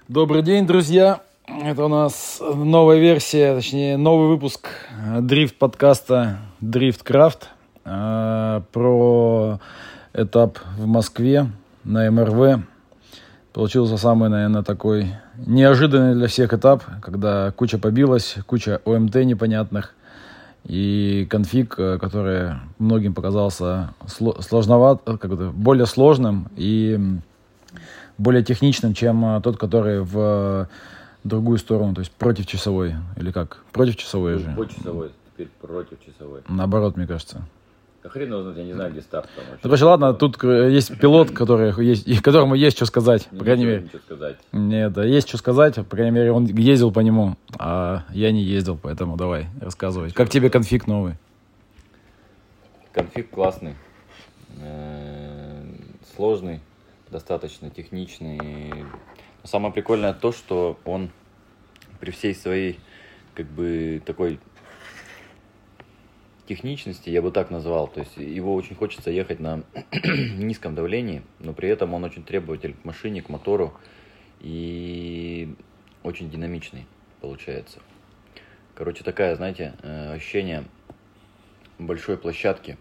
Добрый день, друзья! Это у нас новая версия, точнее, новый выпуск дрифт-подкаста «Дрифт-крафт» про этап в Москве на МРВ. Получился самый, наверное, такой неожиданный для всех этап, когда куча побилась, куча ОМТ непонятных и конфиг, который многим показался сложноват, более сложным и более техничным, чем тот, который в другую сторону, то есть против часовой, или как? Против часовой же. По часовой, теперь против часовой. Наоборот, мне кажется. Да хрен его знает, я не знаю, где старт там вообще. Короче, ладно, тут есть пилот, которому есть что сказать, по крайней мере. Ничего сказать. Нет, да, есть что сказать, по крайней мере, он ездил по нему, а я не ездил, поэтому давай, рассказывай. Как тебе конфиг новый? Конфиг классный, сложный, достаточно техничный. Но самое прикольное то, что он при всей своей, такой техничности, я бы так назвал, то есть его очень хочется ехать на низком давлении, но при этом он очень требователь к машине, к мотору и очень динамичный получается. Короче, такая, знаете, ощущение большой площадки,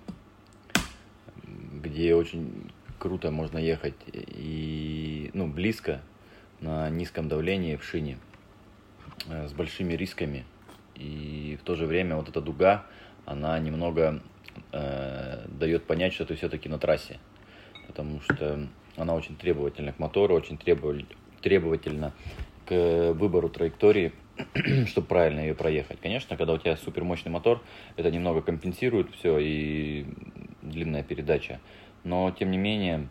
где очень круто можно ехать и, близко на низком давлении в шине с большими рисками, и в то же время вот эта дуга, она немного дает понять, что ты все-таки на трассе, потому что она очень требовательна к мотору, очень требовательна к выбору траектории, чтобы правильно ее проехать. Конечно, когда у тебя супермощный мотор, это немного компенсирует все и длинная передача, но тем не менее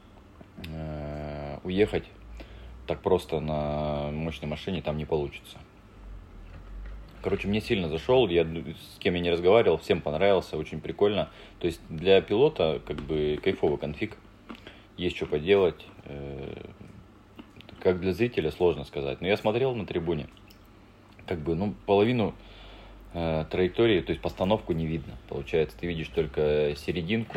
уехать так просто на мощной машине там не получится. Короче, мне сильно зашел, с кем я не разговаривал, всем понравился, очень прикольно. То есть для пилота кайфовый конфиг, есть что поделать. Как для зрителя сложно сказать. Но я смотрел на трибуне, половину траектории, то есть постановку не видно. Получается, ты видишь только серединку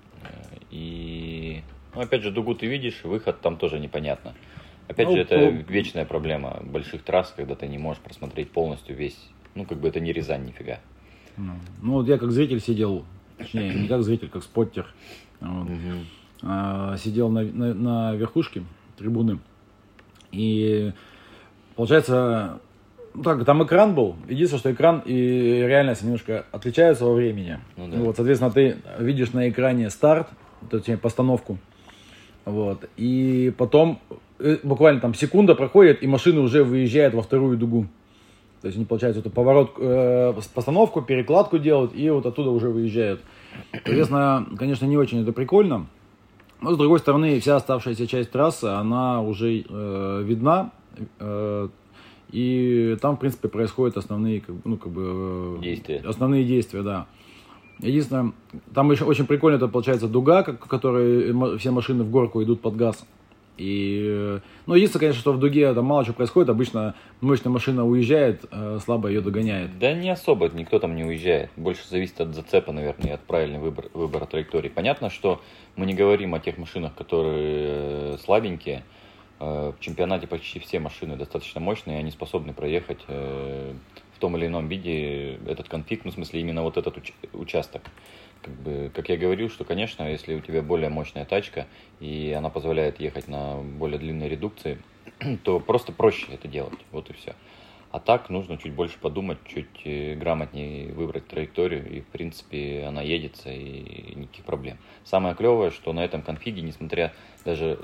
и... опять же, дугу ты видишь, выход там тоже непонятно. Опять же, это вечная проблема больших трасс, когда ты не можешь просмотреть полностью весь, это не Рязань нифига. Я как зритель сидел, точнее, не как зритель, как споттер, сидел на верхушке трибуны, и получается, там экран был, единственное, что экран и реальность немножко отличаются во времени. Соответственно, ты видишь на экране старт, точнее, постановку, и потом буквально там секунда проходит, и машина уже выезжает во вторую дугу. То есть они, получается, это поворот, постановку, перекладку делают, и вот оттуда уже выезжают. Соответственно, конечно, не очень это прикольно. Но, с другой стороны, вся оставшаяся часть трассы, она уже видна. И там, в принципе, происходят основные, действия. Основные действия, да. Единственное, там еще очень прикольно, это получается дуга, в которой все машины в горку идут под газ. И, единственное, конечно, что в дуге там мало чего происходит, обычно мощная машина уезжает, слабо ее догоняет. Да не особо, никто там не уезжает, больше зависит от зацепа, наверное, и от правильного выбора траектории. Понятно, что мы не говорим о тех машинах, которые слабенькие, в чемпионате почти все машины достаточно мощные, они способны проехать в том или ином виде этот конфиг, в смысле именно вот этот участок. Как я говорил, что, конечно, если у тебя более мощная тачка, и она позволяет ехать на более длинной редукции, то просто проще это делать, вот и все. А так нужно чуть больше подумать, чуть грамотнее выбрать траекторию, и, в принципе, она едется, и никаких проблем. Самое клевое, что на этом конфиге, несмотря даже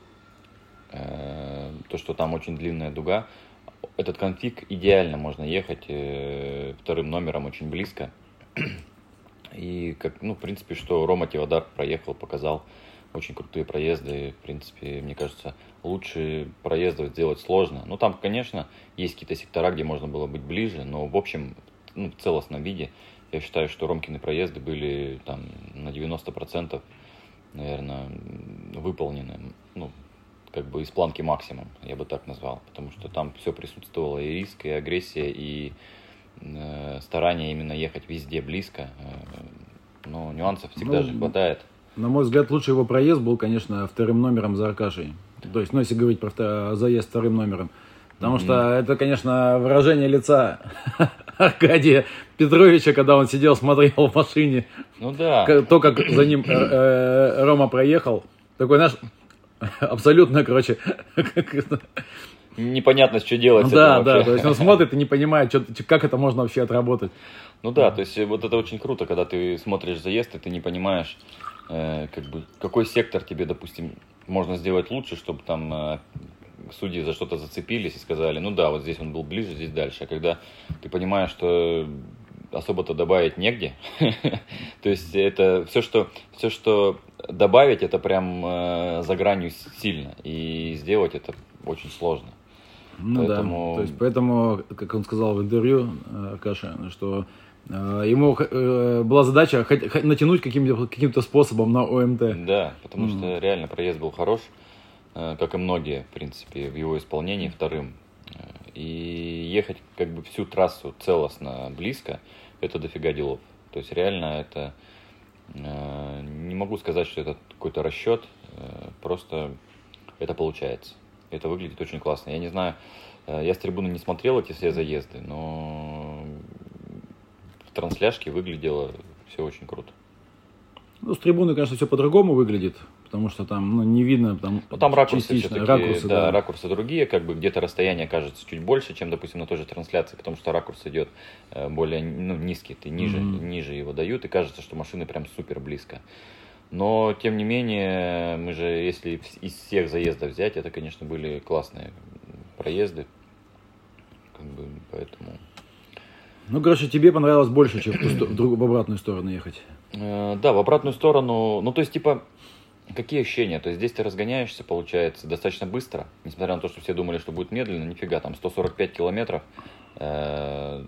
то, что там очень длинная дуга, этот конфиг идеально можно ехать вторым номером очень близко. И, в принципе, что Рома Тивадар проехал, показал очень крутые проезды. В принципе, мне кажется, лучше проездов сделать сложно. Там, конечно, есть какие-то сектора, где можно было быть ближе, но, в общем, в целостном виде, я считаю, что Ромкины проезды были там на 90%, наверное, выполнены, из планки максимум, я бы так назвал. Потому что там все присутствовало, и риск, и агрессия, и старание именно ехать везде близко, но нюансов всегда же хватает. На мой взгляд, лучший его проезд был, конечно, вторым номером за Аркашей. То есть, ну, если говорить про заезд вторым номером. Потому что это, конечно, выражение лица Аркадия Петровича, когда он сидел, смотрел в машине. Ну да. То, как за ним Рома проехал. Такой, знаешь, абсолютно, короче... Непонятно, что делать. Да, да, то есть он смотрит и не понимает, как это можно вообще отработать. Ну да, то есть вот это очень круто, когда ты смотришь заезд, и ты не понимаешь, как бы, какой сектор тебе, допустим, можно сделать лучше, чтобы там судьи за что-то зацепились и сказали, ну да, вот здесь он был ближе, здесь дальше. А когда ты понимаешь, что особо-то добавить негде, то есть это все, что добавить, это прям за гранью сильно, и сделать это очень сложно. Ну поэтому... да, то есть поэтому, как он сказал в интервью, Аркаша, что ему была задача натянуть каким-то способом на ОМТ. Да, потому что реально проезд был хорош, как и многие, в принципе, в его исполнении вторым. И ехать как бы всю трассу целостно близко, это дофига делов. То есть реально это, не могу сказать, что это какой-то расчет, просто это получается. Это выглядит очень классно. Я не знаю, я с трибуны не смотрел эти все заезды, но в трансляшке выглядело все очень круто. Ну, с трибуны, конечно, все по-другому выглядит, потому что там не видно. Там ракурсы все-таки, да, ракурсы другие, как бы где-то расстояние кажется чуть больше, чем, допустим, на той же трансляции, потому что ракурс идет более низкий, ты ниже его дают, и кажется, что машины прям супер близко. Но, тем не менее, мы же, если из всех заездов взять, это, конечно, были классные проезды. Как бы, поэтому... Ну, короче, тебе понравилось больше, чем в обратную сторону ехать. Да, в обратную сторону. Ну, то есть, типа, какие ощущения? То есть, здесь ты разгоняешься, получается, достаточно быстро. Несмотря на то, что все думали, что будет медленно, нифига, там 145 километров. Даже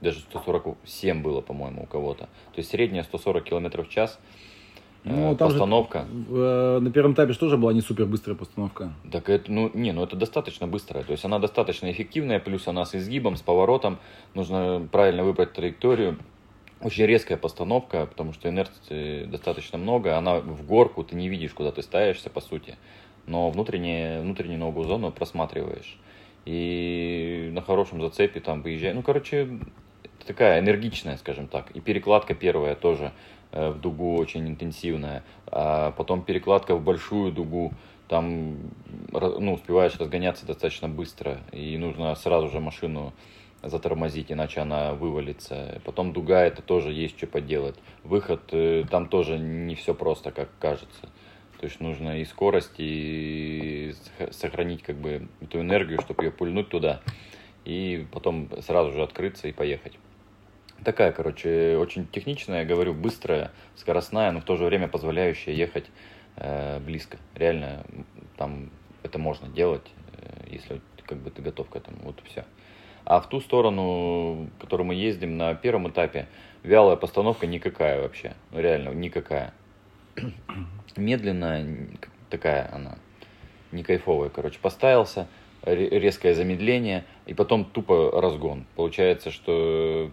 147 было, по-моему, у кого-то. То есть, средняя 140 километров в час. Ну, постановка. На первом этапе же тоже была не супер быстрая постановка. Так это, это достаточно быстрая. То есть она достаточно эффективная, плюс она с изгибом, с поворотом. Нужно правильно выбрать траекторию. Очень резкая постановка, потому что инерции достаточно много. Она в горку, ты не видишь, куда ты ставишься, по сути. Но внутреннюю новую зону просматриваешь. И на хорошем зацепе там выезжаешь. Ну, короче, такая энергичная, скажем так. И перекладка первая тоже в дугу очень интенсивная, а потом перекладка в большую дугу, там успеваешь разгоняться достаточно быстро, и нужно сразу же машину затормозить, иначе она вывалится. Потом дуга, это тоже есть что поделать. Выход, там тоже не все просто, как кажется. То есть нужно и скорость, и сохранить как бы эту энергию, чтобы ее пульнуть туда, и потом сразу же открыться и поехать. Такая, короче, очень техничная, говорю, быстрая, скоростная, но в то же время позволяющая ехать близко. Реально, там это можно делать, если как бы ты готов к этому. Вот и все. А в ту сторону, в которую мы ездим на первом этапе, вялая постановка никакая вообще. Ну, реально, никакая. Медленная такая она, не кайфовая, короче. Поставился, резкое замедление, и потом тупо разгон. Получается, что...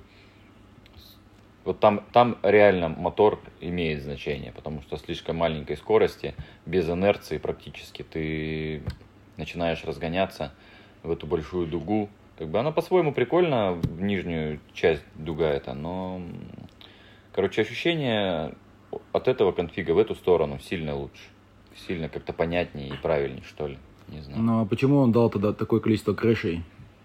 Вот там реально мотор имеет значение, потому что слишком маленькой скорости, без инерции практически, ты начинаешь разгоняться в эту большую дугу. Как бы она по-своему прикольна, в нижнюю часть дуга это, но, короче, ощущение от этого конфига в эту сторону сильно лучше. Сильно как-то понятнее и правильнее, что ли. Не знаю. Ну, а почему он дал тогда такое количество крэшей?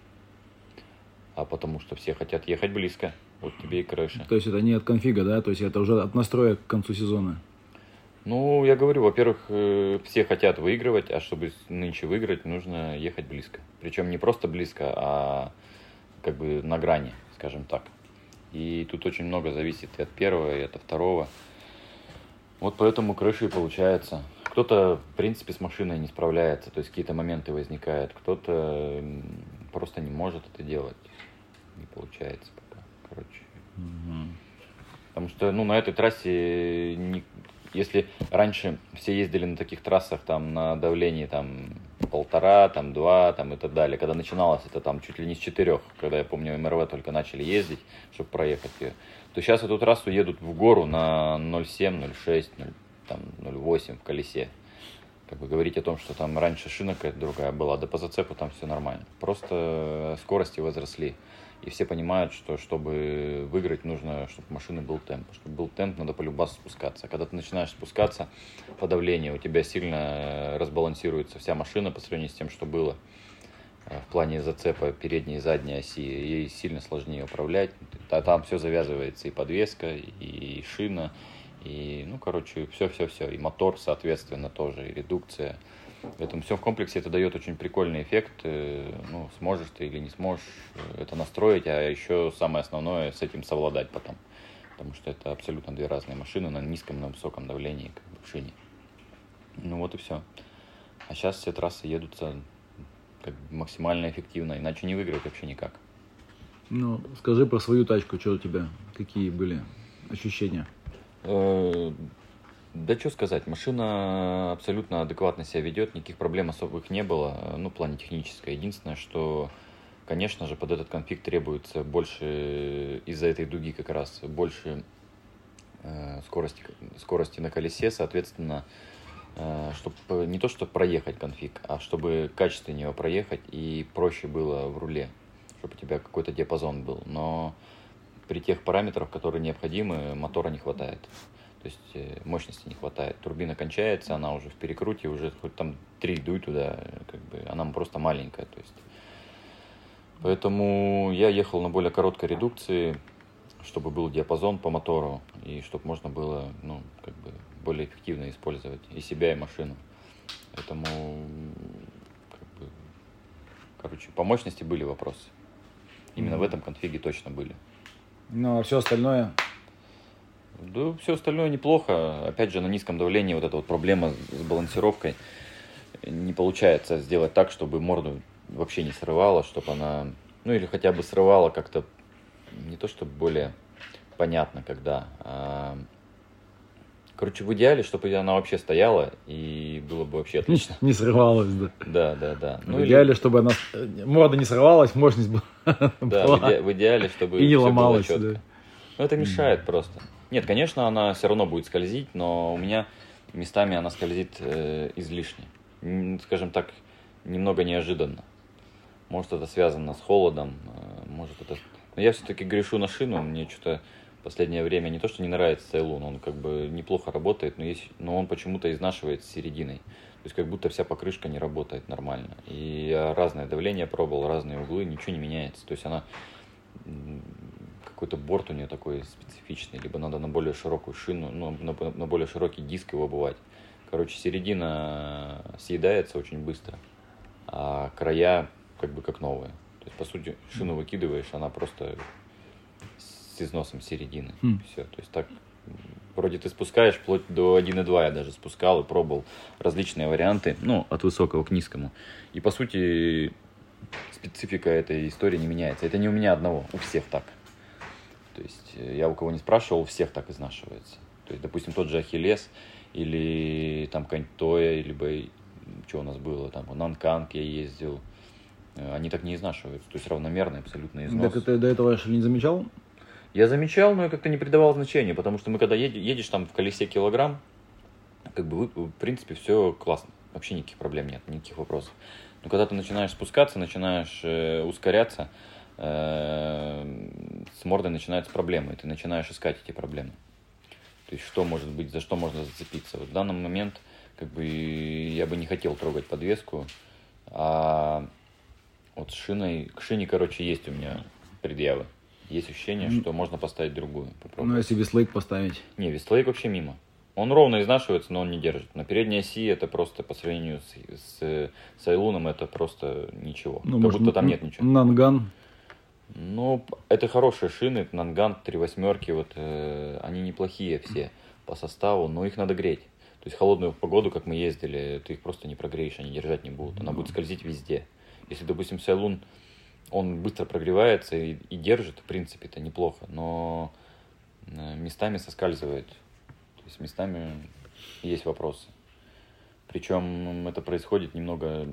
А потому что все хотят ехать близко. Вот тебе и крыша. То есть это не от конфига, да? То есть это уже от настроя к концу сезона? Ну, я говорю, во-первых, все хотят выигрывать, а чтобы нынче выиграть, нужно ехать близко. Причем не просто близко, а как бы на грани, скажем так. И тут очень много зависит и от первого, и от второго. Вот поэтому крыши и получается. Кто-то, в принципе, с машиной не справляется, то есть какие-то моменты возникают. Кто-то просто не может это делать. Не получается пока, короче. Потому что, на этой трассе, если раньше все ездили на таких трассах, там, на давлении, там, 1,5, там, 2, там, и так далее, когда начиналось это, там, чуть ли не с 4, когда, я помню, МРВ только начали ездить, чтобы проехать ее, то сейчас эту трассу едут в гору на 0,7, 0,6, 0,8 в колесе. как бы говорить о том, что там раньше шина какая-то другая была, да по зацепу там все нормально. Просто скорости возросли. И все понимают, что чтобы выиграть, нужно, чтобы у машины был темп. Чтобы был темп, надо полюбас спускаться. Когда ты начинаешь спускаться по давлению, у тебя сильно разбалансируется вся машина по сравнению с тем, что было в плане зацепа передней и задней оси. Ей сильно сложнее управлять. Там все завязывается, и подвеска, и шина, и, ну, короче, все. И мотор, соответственно, тоже, и редукция. Поэтому все в комплексе это дает очень прикольный эффект. Ну, сможешь ты или не сможешь это настроить, а еще самое основное с этим совладать потом. Потому что это абсолютно две разные машины на низком, на высоком давлении, как бы в шине. Ну вот и все. А сейчас все трассы едутся как бы максимально эффективно, иначе не выиграть вообще никак. Ну, скажи про свою тачку, что у тебя, какие были ощущения? Да что сказать, машина абсолютно адекватно себя ведет, никаких проблем особых не было, ну, в плане технической. Единственное, что, конечно же, под этот конфиг требуется больше, из-за этой дуги как раз, больше скорости на колесе, соответственно, чтобы не то, чтобы проехать конфиг, а чтобы качественнее его проехать и проще было в руле, чтобы у тебя какой-то диапазон был. Но при тех параметрах, которые необходимы, мотора не хватает. То есть мощности не хватает. Турбина кончается, она уже в перекруте, уже хоть там 3 дуй туда, как бы она просто маленькая. То есть. Поэтому я ехал на более короткой редукции, чтобы был диапазон по мотору, и чтобы можно было, ну, как бы более эффективно использовать и себя, и машину. Поэтому, как бы, короче, по мощности были вопросы. Именно в этом конфиге точно были. Ну, а все остальное? Да, все остальное неплохо. Опять же, на низком давлении вот эта вот проблема с балансировкой. Не получается сделать так, чтобы морду вообще не срывала, чтобы она, ну или хотя бы срывала как-то, не то чтобы более понятно, когда. Короче, в идеале, чтобы она вообще стояла, и было бы вообще отлично. Не срывалась, да. Да. Ну, в идеале, чтобы она, морда не срывалась, мощность была. Да, в идеале, чтобы и не все ломалась, было четко. да. Но это мешает просто. Нет, конечно, она все равно будет скользить, но у меня местами она скользит излишне. Скажем так, немного неожиданно. Может, это связано с холодом, может, это... Но я все-таки грешу на шину, мне что-то в последнее время не то, что не нравится Цейлон, он как бы неплохо работает, но он почему-то изнашивает с серединой. То есть как будто вся покрышка не работает нормально. И я разное давление пробовал, разные углы, ничего не меняется. То есть она... Какой-то борт у нее такой специфичный, либо надо на более широкую шину, ну, на более широкий диск его бывать. Короче, середина съедается очень быстро, а края как бы как новые. То есть, по сути, шину выкидываешь, она просто с износом середины. Все, то есть так, вроде ты спускаешь вплоть до 1.2 я даже спускал и пробовал различные варианты, ну, от высокого к низкому. И, по сути, специфика этой истории не меняется. Это не у меня одного, у всех так. То есть я у кого не спрашивал, у всех так изнашивается. То есть, допустим, тот же Ахиллес или там Каньтоя, либо что у нас было, там Нанканг я ездил, они так не изнашиваются. То есть равномерный абсолютно износ. Так ты до этого что, не замечал? Я замечал, но я как-то не придавал значения, потому что мы когда едешь там в колесе килограмм, как бы в принципе все классно. Вообще никаких проблем нет, никаких вопросов. Но когда ты начинаешь спускаться, начинаешь ускоряться, с мордой начинаются проблемы, и ты начинаешь искать эти проблемы. То есть, что может быть, за что можно зацепиться. Вот в данный момент, как бы, я бы не хотел трогать подвеску, а вот к шине, короче, есть у меня предъявы. Есть ощущение, что можно поставить другую. Попробовать. Ну, если веслейк поставить? Не, веслейк вообще мимо. Он ровно изнашивается, но он не держит. На передней оси это просто по сравнению с Сайлуном это просто ничего. Ну, как может, будто там нет ничего. Нанган? Ну, это хорошие шины, Нанган, 3/8, вот, они неплохие все по составу, но их надо греть. То есть холодную погоду, как мы ездили, ты их просто не прогреешь, они держать не будут. Она будет скользить везде. Если, допустим, Сайлун, он быстро прогревается и держит, в принципе, это неплохо, но местами соскальзывает. То есть местами есть вопросы. Причем это происходит немного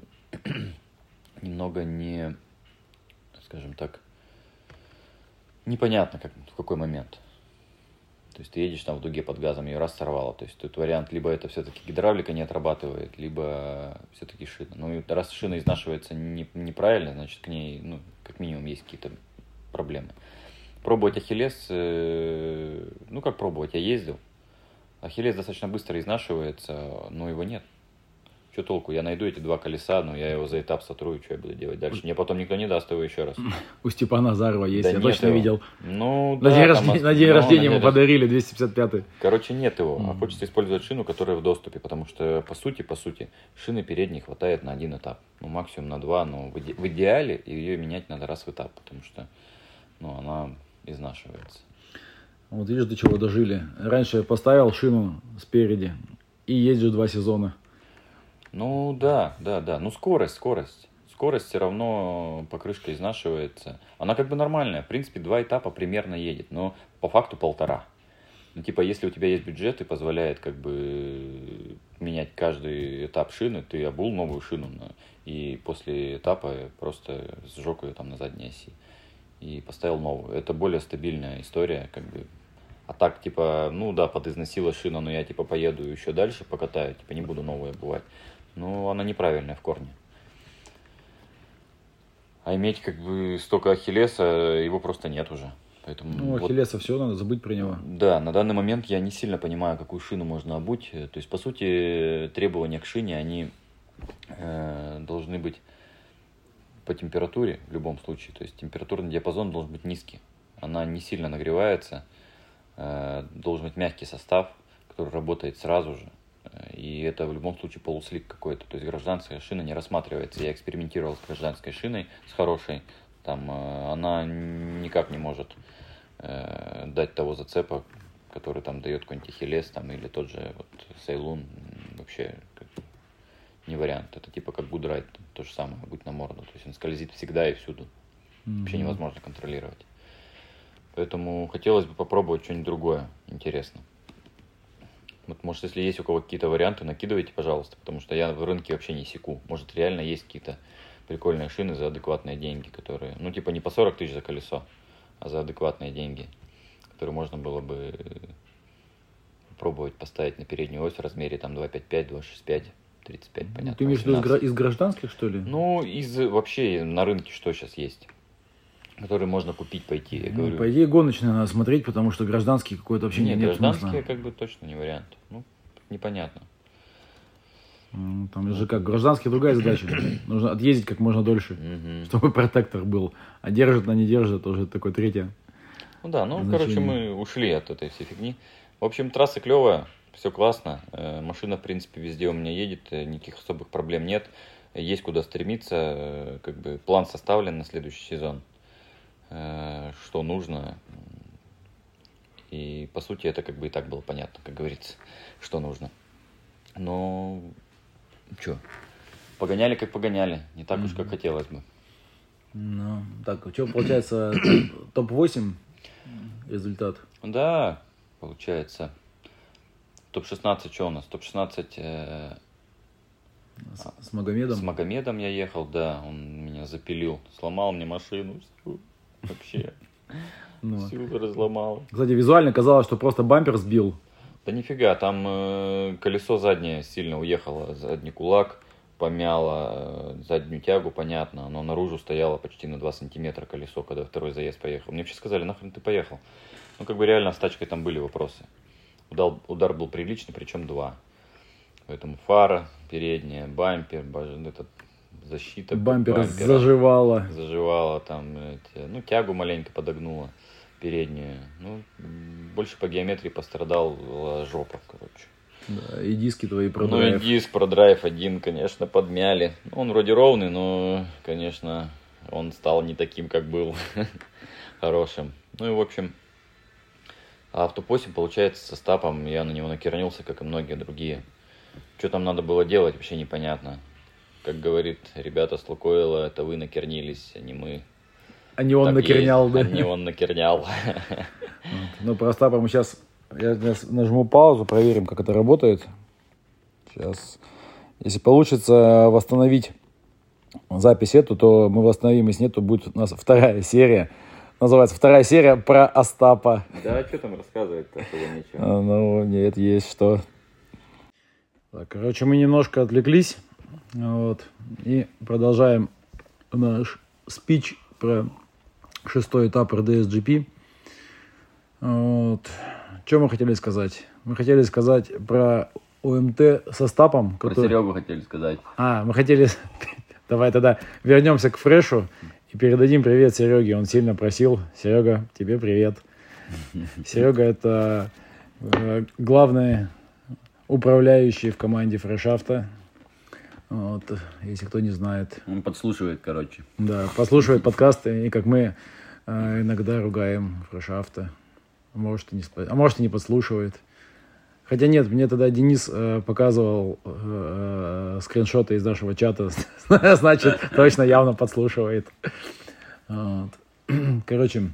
не, скажем так, непонятно, в какой момент. То есть ты едешь там в дуге под газом, ее раз сорвало. То есть тут вариант, либо это все-таки гидравлика не отрабатывает, либо все-таки шина. Ну и раз шина изнашивается неправильно, значит к ней, ну, как минимум есть какие-то проблемы. Пробовать Ахиллес, ну как пробовать, я ездил. Ахиллес достаточно быстро изнашивается, но его нет. Что толку? Я найду эти два колеса, но я его за этап сотру, и что я буду делать дальше? Мне потом никто не даст его еще раз. У Степана Азарова есть, Да я нет точно его. видел. Ну, На да, день рождения ему подарили 255-й. Короче, нет его, а хочется использовать шину, которая в доступе, потому что, по сути, шины передней хватает на один этап, ну, максимум на два, но в идеале ее менять надо раз в этап, потому что, ну, она изнашивается. Вот видишь, до чего дожили. Раньше я поставил шину спереди и ездишь 2 сезона. Ну, да. Ну, скорость. Скорость все равно покрышка изнашивается. Она как бы нормальная. В принципе, 2 этапа примерно едет, но по факту 1,5. Ну, типа, если у тебя есть бюджет и позволяет как бы менять каждый этап шины, ты обул новую шину и после этапа просто сжег ее там на задней оси и поставил новую. Это более стабильная история, как бы. А так, типа, ну да, подизносила шина, но я типа поеду еще дальше покатаю, типа не буду новую обувать. Ну, она неправильная в корне. А иметь как бы столько Ахиллеса, его просто нет уже. Поэтому ну, Ахиллеса все, надо забыть про него. Да, на данный момент я не сильно понимаю, какую шину можно обуть. То есть, по сути, требования к шине, они должны быть по температуре в любом случае. То есть, температурный диапазон должен быть низкий. Она не сильно нагревается. Должен быть мягкий состав, который работает сразу же. И это в любом случае полуслик какой-то. То есть гражданская шина не рассматривается. Я экспериментировал с гражданской шиной, с хорошей. Там она никак не может дать того зацепа, который там дает какой-нибудь Ахиллес там, или тот же вот, Сейлун. Вообще не вариант. Это типа как Гудрайт, то же самое, будь на морду. То есть он скользит всегда и всюду. Вообще невозможно контролировать. Поэтому хотелось бы попробовать что-нибудь другое, интересно. Вот, может, если есть у кого какие-то варианты, накидывайте, пожалуйста, потому что я в рынке вообще не секу. Может, реально есть какие-то прикольные шины за адекватные деньги, которые, ну, типа не по 40 тысяч за колесо, а за адекватные деньги, которые можно было бы попробовать поставить на переднюю ось в размере там 2.55, 2.65, 35, понятно. Ты имеешь в виду из гражданских, что ли? Ну, вообще на рынке что сейчас есть? Которые можно купить, пойти, я говорю. По идее, гоночные надо смотреть, потому что гражданские какой-то вообще нет гражданские смысла. как бы точно не вариант. Ну, непонятно. Там же как, гражданский другая задача. Нужно отъездить как можно дольше, чтобы протектор был. А держит, а не держит, тоже такое третье. Ну да, короче, мы ушли от этой всей фигни. В общем, трасса клевая, все классно. Машина, в принципе, везде у меня едет, никаких особых проблем нет. Есть куда стремиться, как бы план составлен на следующий сезон. Что нужно. И по сути это как бы и так было понятно, как говорится, что нужно. Но что, погоняли как погоняли, не так уж как хотелось бы. Ну, так, что получается, топ-8 результат? Да, получается. Топ-16 что у нас? Топ-16 с Магомедом? С Магомедом я ехал, да, он меня запилил, сломал мне машину. Вообще. Всю разломал. Кстати, визуально казалось, что просто бампер сбил. Да нифига, там колесо заднее сильно уехало, задний кулак помяло, заднюю тягу, понятно, но наружу стояло почти на 2 сантиметра колесо, когда второй заезд поехал. Мне вообще сказали, нахрен ты поехал? Ну, как бы реально с тачкой там были вопросы. Удар был приличный, причем 2. Поэтому фара передняя, бампер, этот... защита бампера заживала. Заживала там, тягу маленько подогнула переднюю. Ну, больше по геометрии пострадала жопа, короче. Да, и диски твои продрайв. Ну, и диск продрайв один, конечно, подмяли. Он вроде ровный, но, конечно, он стал не таким, как был. Хорошим. Ну, и, в общем, а в топ-8, получается, со стапом я на него накернился, как и многие другие. Что там надо было делать, вообще непонятно. Как говорит ребята с Лукойла, это вы накернились, а не мы. А не он так накернял, есть, да? А не он накернял. Ну, про Остапа мы сейчас... Я нажму паузу, проверим, как это работает. Сейчас. Если получится восстановить запись эту, то мы восстановим. Если нет, то будет у нас 2-я серия. Называется вторая серия про Остапа. Да, что там рассказывать-то, особо нечего. Ну, нет, есть что. Так, короче, мы немножко отвлеклись. Вот. И продолжаем наш спич про 6-й этап РДС-GP. Вот. Что мы хотели сказать? Мы хотели сказать про ОМТ со Остапом. Про Серегу хотели сказать. Мы хотели... Давай тогда вернемся к Фрешу и передадим привет Сереге. Он сильно просил. Серега, тебе привет. Серега — это главный управляющий в команде Фрешавто. Вот, если кто не знает. Он подслушивает, короче. Да, послушивает подкасты, и как мы иногда ругаем Фрешавто. Может, и не подслушивает. Хотя нет, мне тогда Денис показывал скриншоты из нашего чата. Значит, точно явно подслушивает. Вот. Короче.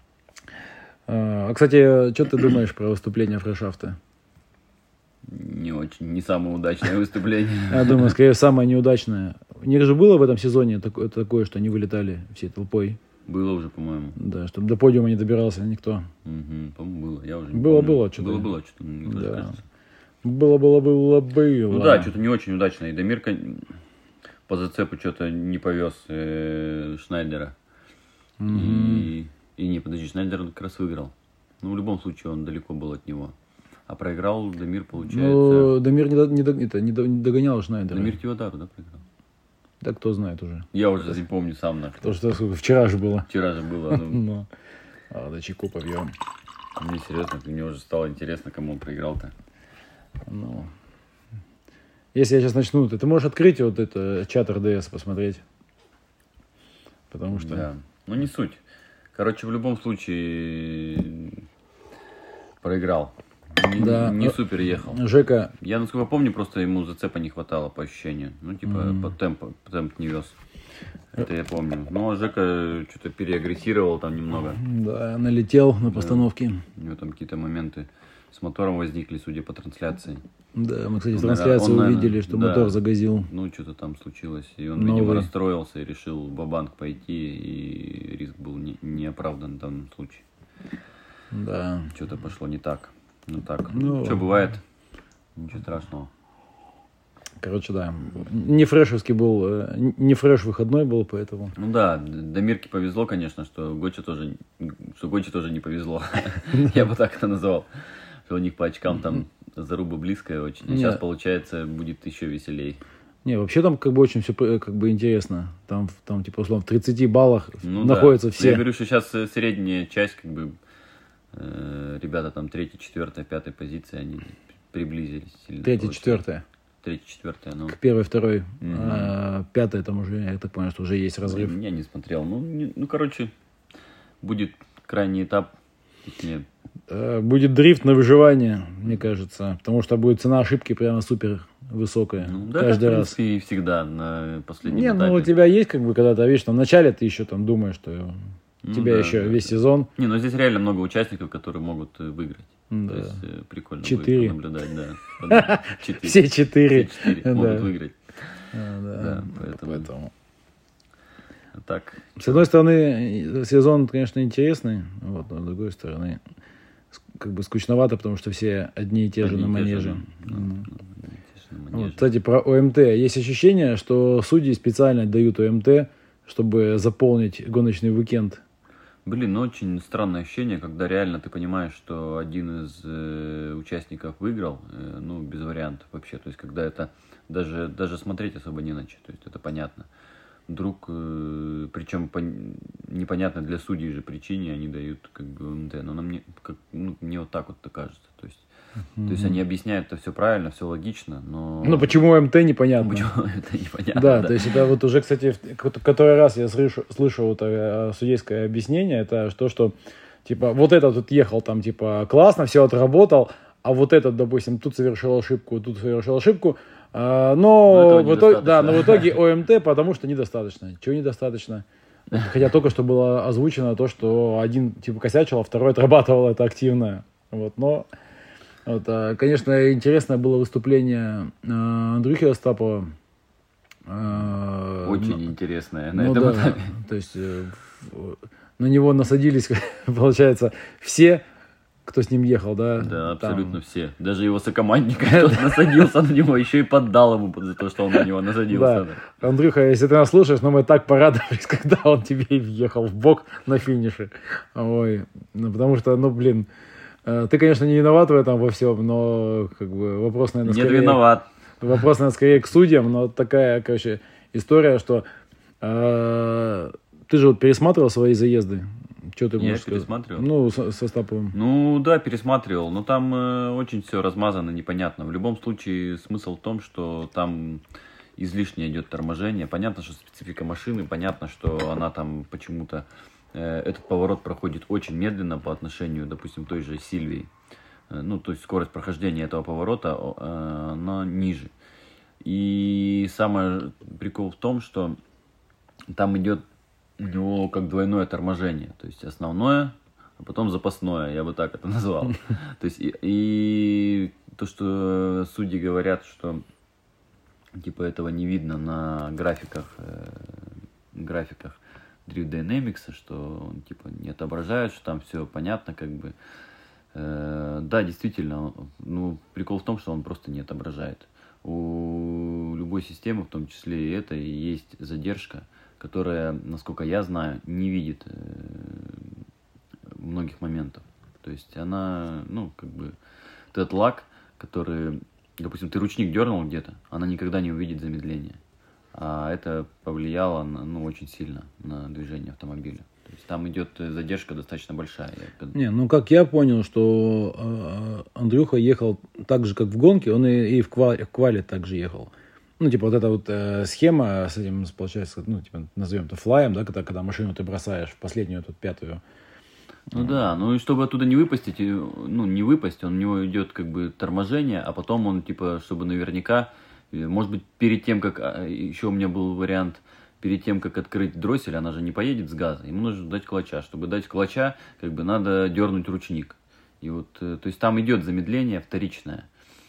Кстати, что ты думаешь про выступление Фрешавто? Не очень, не самое удачное выступление. Я думаю, скорее, самое неудачное. У них же было в этом сезоне такое, что они вылетали всей толпой. Было уже, по-моему. Да, чтобы до подиума не добирался никто. По-моему, было. Я уже не помню. Было Да. что-то. Было. Ну да, что-то не очень удачно. И Дамир по зацепу что-то не повез Шнайдера. Подожди, Шнайдер как раз выиграл. Ну, в любом случае, он далеко был от него. А проиграл Дамир, получается... Ну, Дамир не догонял Шнайдера. Дамир Кивадару, да, проиграл? Да кто знает уже. Я уже не помню сам. Потому что вчера же было. Ну. Да чайку побьем. Мне серьезно, мне уже стало интересно, кому он проиграл-то. Ну. Если я сейчас начну, ты можешь открыть вот это чат РДС, посмотреть. Потому что... Да. Ну, не суть. Короче, в любом случае проиграл. Не супер ехал. Жека... Я, насколько помню, просто ему зацепа не хватало по ощущению. Ну, типа, темп не вез. Это я помню. Но Жека что-то переагрессировал там немного. Да, налетел на постановке. У него там какие-то моменты с мотором возникли, судя по трансляции. Да, мы, кстати, в трансляции увидели, что мотор загазил. Ну, что-то там случилось. И он, видимо, расстроился и решил в-банк пойти. И риск был не оправдан в данном случае. Да. Что-то пошло не так. Ну так. Что бывает? Ничего страшного. Короче, да. Не фрешевский был, не фреш выходной был, поэтому. Ну да, Дамирке повезло, конечно, что Гочи тоже не повезло. Я бы так это назвал. Что у них по очкам там заруба близкая очень. А сейчас, получается, будет еще веселей. Не, вообще там как бы очень все как бы интересно. Там типа, условно, в 30 баллах находятся все. Я говорю, что сейчас средняя часть, как бы, ребята там 3-й, 4-й, 5-й позиции, они приблизились. 3-я, 4-я. 3-я, 4-я, ну. К 1-й, 2-й. 5-я там уже, я так понимаю, что уже есть разрыв. Я не смотрел. Ну, короче, будет крайний этап. Точнее. Будет дрифт на выживание, мне кажется. Потому что будет цена ошибки прямо супер высокая. Ну, да, каждый как, раз. В принципе, и всегда на последнем этапе. Ну у тебя есть, как бы, когда ты видишь, там, в начале ты еще там думаешь, что у тебя еще весь сезон. Не, ну здесь реально много участников, которые могут выиграть. Да. То есть прикольно 4. будет наблюдать, да. 4. Все 4. Могут выиграть. Да, поэтому. Так. С одной стороны, сезон, конечно, интересный, вот, но с другой стороны, как бы скучновато, потому что все одни и те же на манеже. Вот, кстати, про ОМТ. Есть ощущение, что судьи специально дают ОМТ, чтобы заполнить гоночный уикенд. Блин, очень странное ощущение, когда реально ты понимаешь, что один из участников выиграл, ну, без вариантов вообще. То есть, когда это даже смотреть особо не на что. То есть, это понятно. Вдруг, причем по непонятной для судей же причине они дают как бы ОМТ. Но мне вот так вот кажется. То есть они объясняют это все правильно, все логично, но... Ну, почему МТ непонятно. Почему это непонятно, да. То есть это вот уже, кстати, в который раз я слышу вот судейское объяснение, это что, типа, вот этот вот ехал там, типа, классно, все отработал, а вот этот, допустим, тут совершил ошибку, но в итоге ОМТ, потому что недостаточно. Чего недостаточно? Хотя только что было озвучено то, что один, типа, косячил, а второй отрабатывал это активно. Вот, но... Вот, конечно, интересное было выступление Андрюхи Остапова. Очень интересное на этом этапе. То есть на него насадились, получается, все, кто с ним ехал, да? Да, абсолютно все. Даже его сокомандник насадился на него, еще и поддал ему за то, что он на него насадился. Да. Андрюха, если ты нас слушаешь, но мы так порадовались, когда он тебе въехал в бок на финише. Ой, ну, потому что, ну, блин, ты, конечно, не виноват в этом во всем, но как бы вопрос, наверное, скорее... Нет, виноват. Вопрос, наверное, скорее к судьям, но такая, короче, история, что ты же вот пересматривал свои заезды. Что ты можешь сказать? Пересматривал. Ну, со Остаповым. Ну, да, пересматривал. Но там очень все размазано, непонятно. В любом случае, смысл в том, что там излишне идет торможение. Понятно, что специфика машины, понятно, что она там почему-то... этот поворот проходит очень медленно по отношению, допустим, той же Сильвии. Ну, то есть скорость прохождения этого поворота, она ниже. И самый прикол в том, что там идет у него как двойное торможение. То есть основное, а потом запасное, я бы так это назвал. То есть и то, что судьи говорят, что типа этого не видно на графиках Drift Dynamics, что он типа не отображает, что там все понятно, как бы. Да, действительно, ну, прикол в том, что он просто не отображает. У любой системы, в том числе и этой, есть задержка, которая, насколько я знаю, не видит многих моментов. То есть она, ну, как бы, этот лаг, который, допустим, ты ручник дернул где-то, она никогда не увидит замедление. А это повлияло, ну, очень сильно на движение автомобиля. То есть там идет задержка достаточно большая. Не, ну как я понял, что Андрюха ехал так же, как в гонке, он и в квале так же ехал. Ну, типа, вот эта вот схема с этим, получается, ну, типа, назовем это флаем, да, когда машину ты бросаешь в последнюю, тут пятую. Ну да, ну и чтобы оттуда не выпасть, ну, не выпасть, у него идет как бы торможение, а потом он, типа, чтобы наверняка, может быть, перед тем, как, еще у меня был вариант, перед тем, как открыть дроссель, она же не поедет с газа, ему нужно дать клатча. Чтобы дать клатча, как бы надо дернуть ручник. И вот, то есть там идет замедление вторичное.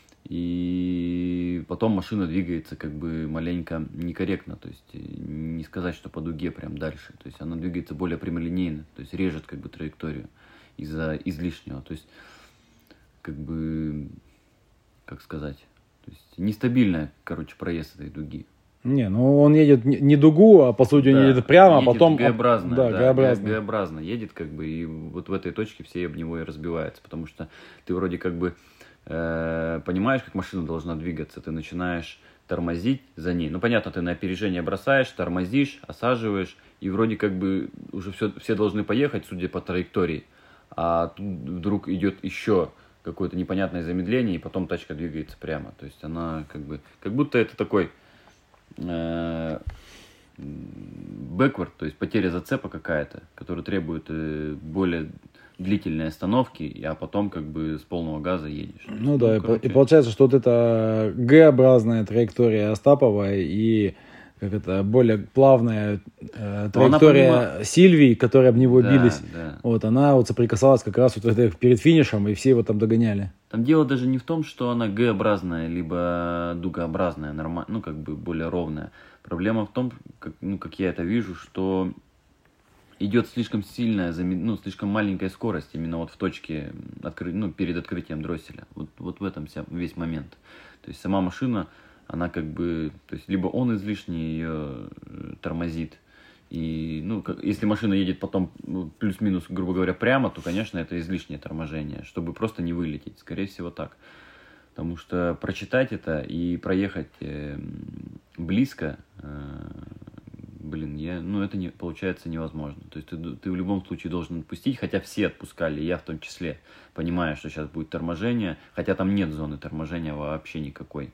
И потом машина двигается как бы маленько некорректно, то есть не сказать, что по дуге прям дальше, то есть она двигается более прямолинейно, то есть режет как бы траекторию из-за излишнего, то есть как бы, как сказать, то есть нестабильная, короче, проезд этой дуги. Не, ну он едет не дугу, а по сути он едет прямо, едет а потом... Г-образно, да, Г-образно. Г-образно едет как бы, и вот в этой точке все об него и разбиваются, потому что ты вроде как бы понимаешь, как машина должна двигаться, ты начинаешь тормозить за ней. Ну, понятно, ты на опережение бросаешь, тормозишь, осаживаешь, и вроде как бы уже все должны поехать, судя по траектории, а тут вдруг идет еще какое-то непонятное замедление, и потом тачка двигается прямо. То есть она как бы, как будто это такой backward, то есть потеря зацепа какая-то, которая требует более длительные остановки, а потом как бы с полного газа едешь. Ну да, и получается, что вот эта Г-образная траектория Остапова и как это, более плавная траектория Сильвии, которая об него бились, вот, она вот соприкасалась как раз вот перед финишем, и все его там догоняли. Там дело даже не в том, что она Г-образная, либо дугообразная, ну как бы более ровная. Проблема в том, как я это вижу, что идет слишком сильная, слишком маленькая скорость именно вот в точке, перед открытием дросселя. Вот в этом весь момент. То есть сама машина, она как бы, то есть либо он излишне ее тормозит, и, если машина едет потом плюс-минус, грубо говоря, прямо, то, конечно, это излишнее торможение, чтобы просто не вылететь. Скорее всего, так. Потому что прочитать это и проехать близко, это получается невозможно. То есть ты в любом случае должен отпустить, хотя все отпускали, я в том числе, понимая, что сейчас будет торможение, хотя там нет зоны торможения вообще никакой.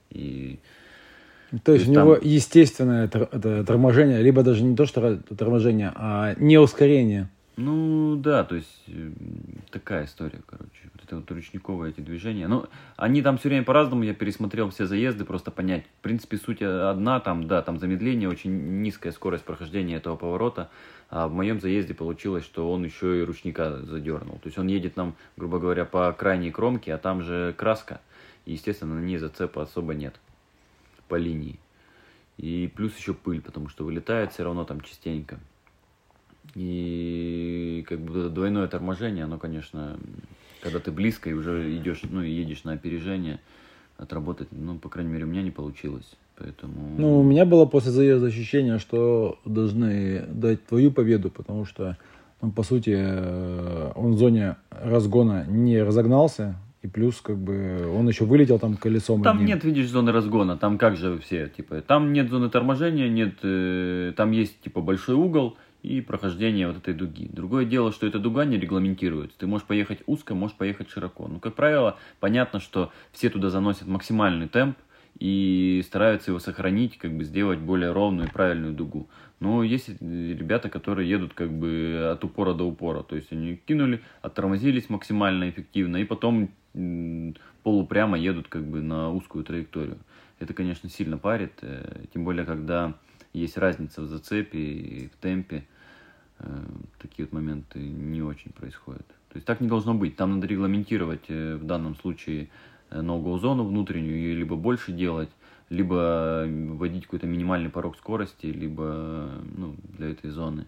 То есть у него естественное торможение, либо даже не то, что торможение, а не ускорение. Ну да, то есть такая история, короче. Вот это вот ручниковые эти движения. Ну, они там все время по-разному, я пересмотрел все заезды, просто понять. В принципе, суть одна, там замедление, очень низкая скорость прохождения этого поворота. А в моем заезде получилось, что он еще и ручника задернул. То есть он едет нам, грубо говоря, по крайней кромке, а там же краска. И, естественно, на ней зацепа особо нет по линии. И плюс еще пыль, потому что вылетает все равно там частенько. И как бы двойное торможение, оно, конечно, когда ты близко и уже идешь, ну, и едешь на опережение, отработать, ну, по крайней мере, у меня не получилось. Поэтому... Ну, у меня было после заезда ощущение, что должны дать твою победу, потому что, ну, по сути, он в зоне разгона не разогнался, и плюс, как бы, он еще вылетел там колесом. Там одним. нет, видишь, зоны разгона, там как же все, типа, там нет зоны торможения, нет, там есть, типа, большой угол и прохождение вот этой дуги. Другое дело, что эта дуга не регламентируется. Ты можешь поехать узко, можешь поехать широко. Ну, как правило, понятно, что все туда заносят максимальный темп и стараются его сохранить, как бы сделать более ровную и правильную дугу. Но есть ребята, которые едут как бы от упора до упора. То есть они кинули, оттормозились максимально эффективно и потом полупрямо едут как бы на узкую траекторию. Это, конечно, сильно парит, тем более, когда есть разница в зацепе и в темпе. Такие вот моменты не очень происходят. То есть так не должно быть. Там надо регламентировать в данном случае no-go зону внутреннюю, ее либо больше делать, либо вводить какой-то минимальный порог скорости, либо, ну, для этой зоны.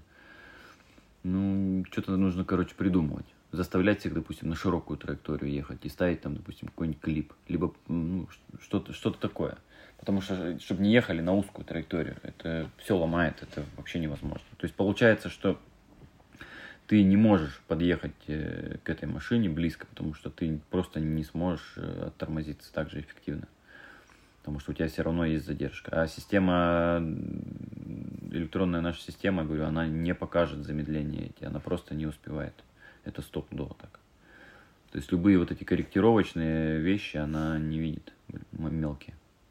Ну, что-то нужно, короче, придумывать. Заставлять всех, допустим, на широкую траекторию ехать и ставить там, допустим, какой-нибудь клип, либо, ну, что-то такое. Потому что, чтобы не ехали на узкую траекторию, это все ломает, это вообще невозможно. То есть получается, что ты не можешь подъехать к этой машине близко, потому что ты просто не сможешь оттормозиться так же эффективно. Потому что у тебя все равно есть задержка. А система, электронная наша система, я говорю, она не покажет замедление эти, она просто не успевает. Это стопудово так. То есть любые вот эти корректировочные вещи она не видит, мелкие.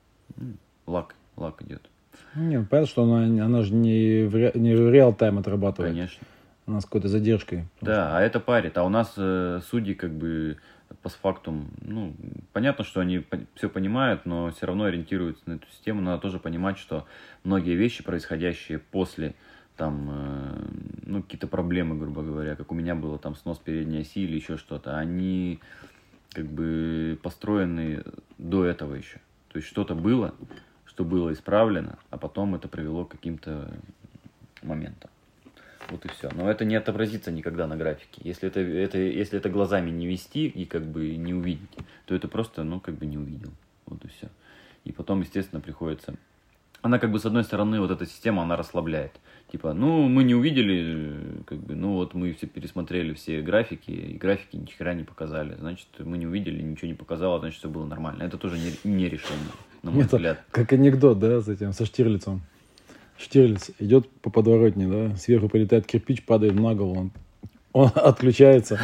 Лак идет. Не, понятно, что она же не в реал-тайм отрабатывает. Конечно. Она с какой-то задержкой. Да, а это парит. А у нас судьи как бы постфактум, ну, понятно, что они все понимают, но все равно ориентируются на эту систему. Надо тоже понимать, что многие вещи, происходящие после, там, ну, какие-то проблемы, грубо говоря, как у меня было там снос передней оси или еще что-то, они как бы построены до этого еще. То есть что-то было, что было исправлено, а потом это привело к каким-то моментам. Вот и все. Но это не отобразится никогда на графике. Если это глазами не вести и как бы не увидеть, то это просто, ну, как бы не увидел. Вот и все. И потом, естественно, приходится... Она как бы с одной стороны, вот эта система, она расслабляет. Типа, ну, мы не увидели, как бы, ну, вот мы все пересмотрели все графики, и графики ни хера не показали. Значит, мы не увидели, ничего не показало, значит, все было нормально. Это тоже не решение, на мой взгляд. Как анекдот, да, с этим, со Штирлицем. Штирлиц идет по подворотне, да, сверху прилетает кирпич, падает на голову, он отключается.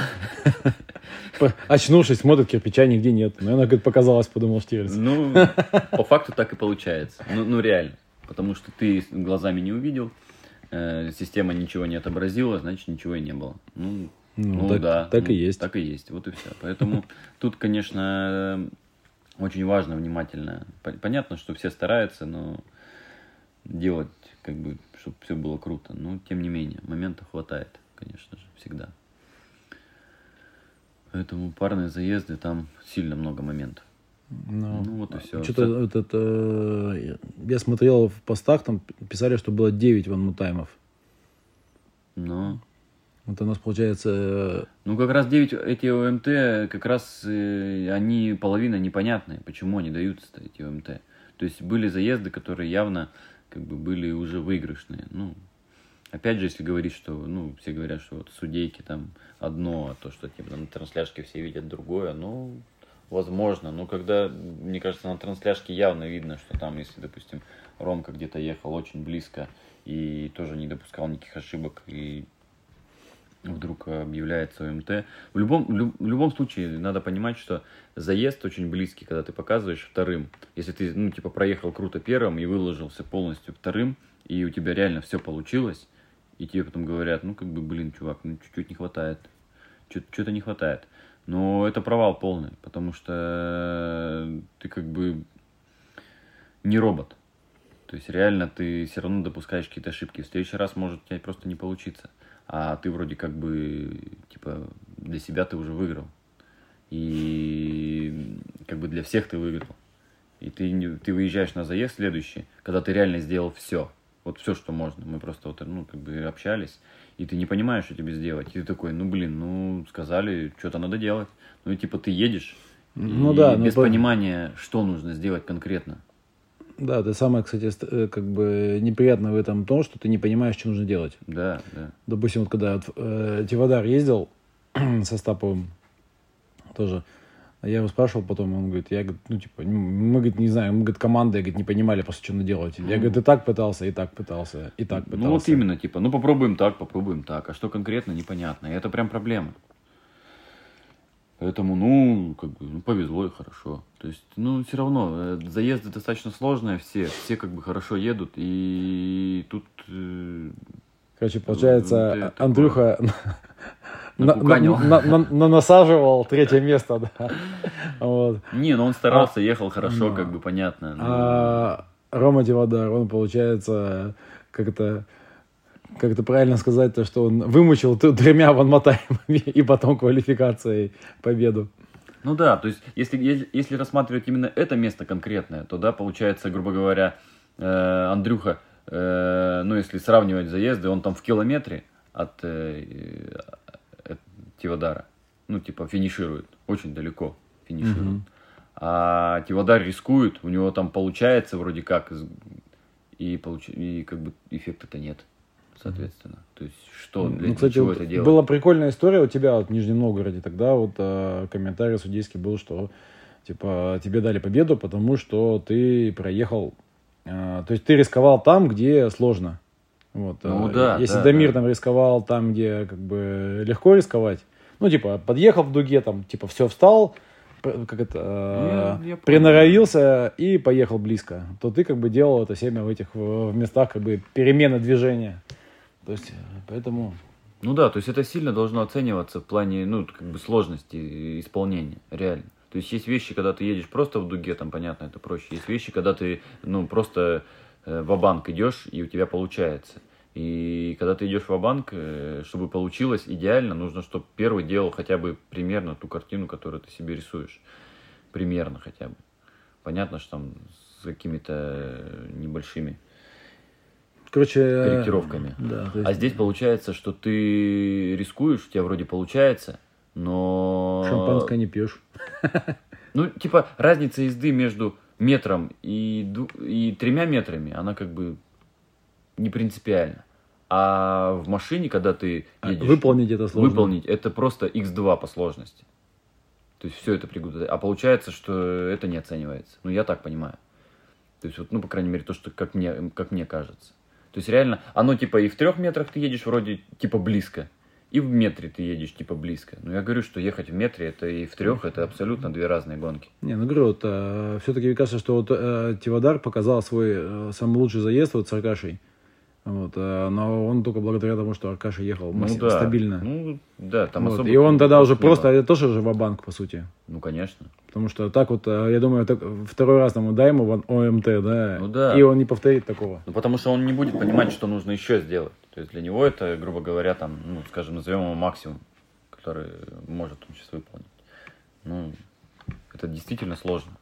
Очнувшись, смотрит, кирпича нигде нет. Наверное, говорит, показалось, подумал Штирлиц. Ну, по факту так и получается. Ну, реально. Потому что ты глазами не увидел, система ничего не отобразила, значит, ничего и не было. Так и есть. Так и есть, вот и все. Поэтому тут, конечно, очень важно внимательно. Понятно, что все стараются, но делать, как бы, чтобы все было круто. Но, тем не менее, моментов хватает, конечно же, всегда. Поэтому парные заезды, там сильно много моментов. Ну вот и все. Что-то я смотрел в постах, там писали, что было 9 ванмутаймов. Ну. Вот у нас получается... Ну, как раз 9 эти ОМТ, как раз они половина непонятные, почему они даются-то, эти ОМТ. То есть были заезды, которые явно как бы были уже выигрышные. Ну, опять же, если говорить, что, ну, все говорят, что вот судейки там одно, а то, что типа на трансляшке все видят другое, ну, возможно. Но когда, мне кажется, на трансляшке явно видно, что там, если, допустим, Ромка где-то ехал очень близко и тоже не допускал никаких ошибок, и вдруг объявляется ОМТ. В любом случае надо понимать, что заезд очень близкий, когда ты показываешь вторым. Если ты, ну, типа, проехал круто первым и выложился полностью вторым, и у тебя реально все получилось, и тебе потом говорят, ну, как бы, блин, чувак, ну, чуть-чуть не хватает. Что-то не хватает. Но это провал полный, потому что ты как бы не робот. То есть реально ты все равно допускаешь какие-то ошибки. В следующий раз может у тебя просто не получиться. А ты вроде как бы, типа, для себя ты уже выиграл. И как бы для всех ты выиграл. И ты выезжаешь на заезд следующий, когда ты реально сделал все. Вот все, что можно. Мы просто вот, ну, как бы общались, и ты не понимаешь, что тебе сделать. И ты такой, ну, блин, ну, сказали, что-то надо делать. Ну, и типа ты едешь, Ну и да, без понимания, что нужно сделать конкретно. Да, это самое, кстати, как бы неприятно в этом то, что ты не понимаешь, что нужно делать. Да, да. Допустим, вот когда Тивадар ездил со Стаповым тоже, я его спрашивал потом, он говорит, я, говорит, ну, типа, мы, говорит, не знаем, мы, говорит, командой, говорит, не понимали просто, что надо делать. Я, говорит, и так пытался, и так пытался, и так пытался. Ну, вот именно, типа, ну, попробуем так, а что конкретно, непонятно. И это прям проблема. Поэтому, ну, как бы, ну, повезло и хорошо. То есть, ну, все равно, заезды достаточно сложные, все как бы хорошо едут, и тут... Короче, получается, Андрюха Накуканил. насаживал третье место, да. Вот. Не, ну он старался, ехал хорошо, как бы, понятно. А Рома Тивадар, он, получается, как это правильно сказать-то, что он вымучил 3 ванмотаймами и потом квалификацией победу. Ну да, то есть, если рассматривать именно это место конкретное, то, да, получается, грубо говоря, Андрюха, ну, если сравнивать заезды, он там в километре от Тивадара, ну, типа, финиширует, очень далеко финиширует. А Тивадар рискует, у него там получается вроде как, и как бы эффекта-то нет. Соответственно. То есть, что для кстати, чего вот это делать? Была прикольная история у тебя вот, в Нижнем Новгороде. Тогда вот комментарий судейский был, что типа тебе дали победу, потому что ты проехал. То есть ты рисковал там, где сложно. Вот, ну, да, если да, Дамир да. там рисковал там, где как бы легко рисковать, ну, типа, подъехал в дуге, там, типа, все встал, как это, я приноровился и поехал близко, то ты как бы делал это семя в местах как бы перемены движения. То есть, поэтому... Ну да, то есть это сильно должно оцениваться в плане, ну, как бы сложности исполнения, реально. То есть есть вещи, когда ты едешь просто в дуге, там, понятно, это проще. Есть вещи, когда ты, ну, просто ва-банк идешь, и у тебя получается. И когда ты идешь ва-банк, чтобы получилось идеально, нужно, чтобы первый делал хотя бы примерно ту картину, которую ты себе рисуешь. Примерно хотя бы. Понятно, что там с какими-то небольшими корректировками. Да, А здесь получается, что ты рискуешь, у тебя вроде получается, но... Шампанское не пьешь. Ну, типа, разница езды между метром и 3 метрами, она как бы не принципиальна. А в машине, когда ты едешь... Выполнить это сложно. Выполнить, это просто x2 по сложности. То есть, все это пригодится. А получается, что это не оценивается. Ну, я так понимаю. То есть, вот, ну, по крайней мере, то, что как мне кажется. То есть, реально, оно, типа, и в 3 метрах ты едешь вроде, типа, близко. И в метре ты едешь, типа, близко. Но я говорю, что ехать в метре, это и в 3, это абсолютно 2 разные гонки. Не, ну, говорю, вот, все-таки мне кажется, что вот Тивадар показал свой самый лучший заезд вот с Аркашей. Вот, но он только благодаря тому, что Аркаша ехал стабильно. Ну, да, там вот. особо... И он тогда уже просто, это тоже же ва-банк, по сути. Ну, конечно. Потому что так вот, я думаю, так, 2 раз там дай ему ОМТ, да, ну, да, и он не повторит такого. Ну, потому что он не будет понимать, что нужно еще сделать. То есть для него это, грубо говоря, там, ну, скажем, назовем его максимум, который может он сейчас выполнить. Ну, это действительно сложно.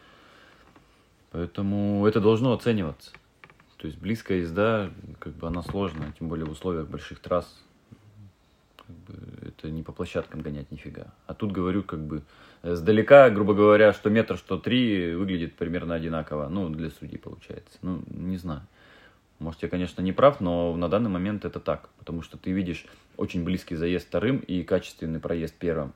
Поэтому это должно оцениваться. То есть близкая езда, как бы она сложная, тем более в условиях больших трасс. Как бы, это не по площадкам гонять нифига. А тут говорю, как бы, сдалека, грубо говоря, что метр, что 3 выглядит примерно одинаково. Ну, для судей получается. Ну, не знаю. Может, я, конечно, не прав, но на данный момент это так. Потому что ты видишь очень близкий заезд 2 и качественный проезд 1.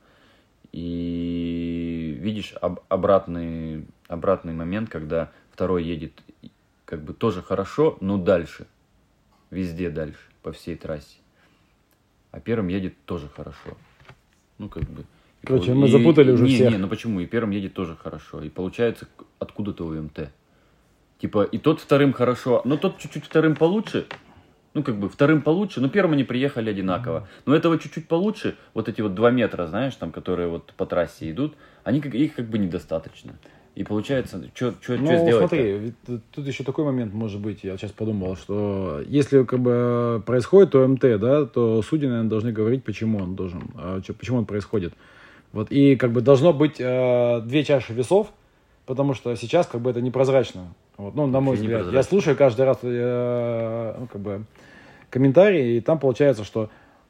И видишь обратный момент, когда 2 едет как бы тоже хорошо, но дальше. Везде дальше, по всей трассе. А 1 едет тоже хорошо. Ну, как бы... Короче, мы запутали уже всех. Не, ну почему? И 1 едет тоже хорошо. И получается откуда-то УМТ. Типа, и тот 2 хорошо, но тот чуть-чуть 2 получше. Ну, как бы, 2 получше, но 1 они приехали одинаково. Но этого чуть-чуть получше, вот эти вот 2 метра, знаешь, там, которые вот по трассе идут, их как бы недостаточно. И получается, что сделать? Смотри, тут еще такой момент может быть, я сейчас подумал, что если как бы происходит ОМТ, да, то судьи, наверное, должны говорить, почему он почему он происходит. Вот, и как бы должно быть 2 чаши весов, потому что сейчас как бы это непрозрачно. Вот, ну, на мой взгляд. Я слушаю каждый раз ну, как бы, комментарии, и там получается, что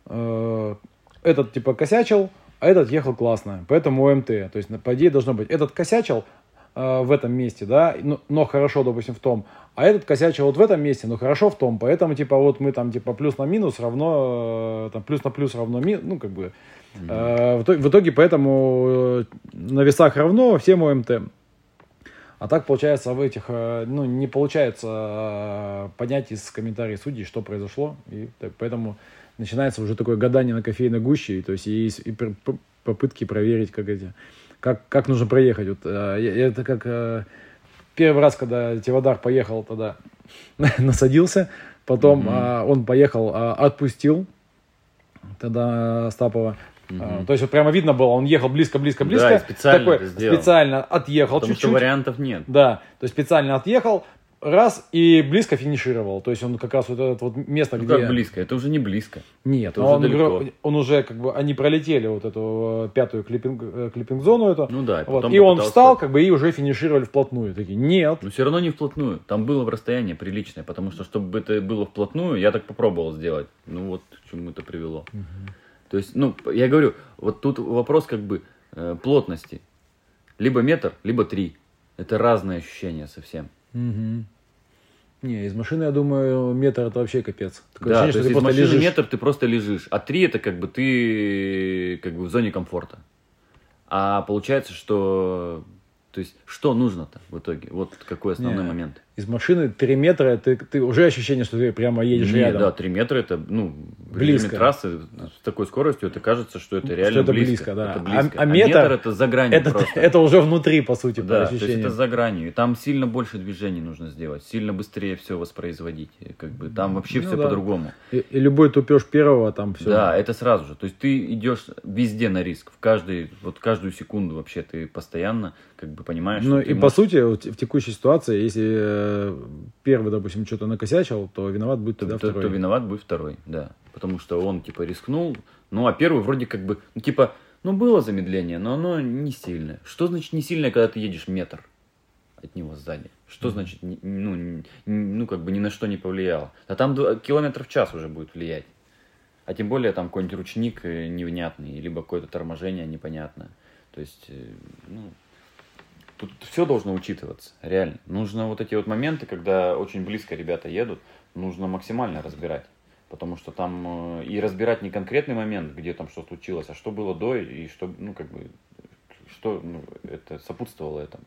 этот типа косячил, а этот ехал классно, поэтому ОМТ. То есть, по идее, должно быть, этот косячил в этом месте, да, но хорошо, допустим, в том, а этот косячил вот в этом месте, но хорошо в том, поэтому, типа, вот мы там, типа, плюс на минус равно, там, плюс на плюс равно минус, ну, как бы, в итоге, поэтому на весах равно всем ОМТ. А так, получается, в этих, ну, не получается понять из комментариев судей, что произошло, и так, поэтому начинается уже такое гадание на кофейной гуще, то есть и попытки проверить, как нужно проехать. Вот, это как первый раз, когда Тивадар поехал тогда, насадился, потом он поехал, отпустил тогда Остапова. То есть вот прямо видно было, он ехал близко, да, специально отъехал потому чуть-чуть. Что вариантов нет. Да, то есть специально отъехал, раз и близко финишировал. То есть он как раз вот это вот место, ну, где... как близко? Это уже не близко. Нет, это уже далеко. Он уже как бы, они пролетели вот эту пятую клиппинг-зону эту. Ну да. Вот, и он встал, как бы, и уже финишировали вплотную. Такие, нет. Но все равно не вплотную. Там было расстояние приличное, потому что, чтобы это было вплотную, я так попробовал сделать. Ну вот, к чему это привело. То есть, ну, я говорю, вот тут вопрос как бы плотности. Либо метр, либо 3. Это разные ощущения совсем. Не, из машины, я думаю, метр это вообще капец. Такое ощущение, то есть из машины метр ты просто лежишь, а 3 это как бы ты как бы в зоне комфорта. А получается, что... То есть, что нужно-то в итоге? Вот какой основной момент. Из машины 3 метра, ты уже ощущение, что ты прямо едешь рядом. Да, 3 метра это, ну, близко. Трассы с такой скоростью, это кажется, что это реально что это близко. Да. Это близко. А метр это за гранью просто. Это уже внутри, по сути, да, по ощущениям. То есть это за гранью. И там сильно больше движений нужно сделать, сильно быстрее все воспроизводить. Как бы, там вообще все по-другому. И любой тупеж первого там все. Да, это сразу же. То есть ты идешь везде на риск. Каждую секунду вообще ты постоянно как бы понимаешь, ну, и по сути, в текущей ситуации, если первый, допустим, что-то накосячил, то виноват будет тогда второй. То виноват будет второй, да. Потому что он, типа, рискнул. Ну, а первый вроде как бы, ну, типа, ну, было замедление, но оно не сильное. Что значит не сильное, когда ты едешь метр от него сзади? Что значит, ну, как бы ни на что не повлияло? А там километр в час уже будет влиять. А тем более там какой-нибудь ручник невнятный, либо какое-то торможение непонятное. То есть, ну... Тут все должно учитываться, реально. Нужно вот эти вот моменты, когда очень близко ребята едут, нужно максимально разбирать. Потому что там и разбирать не конкретный момент, где там что случилось, а что было до и что, ну, как бы, что это сопутствовало этому.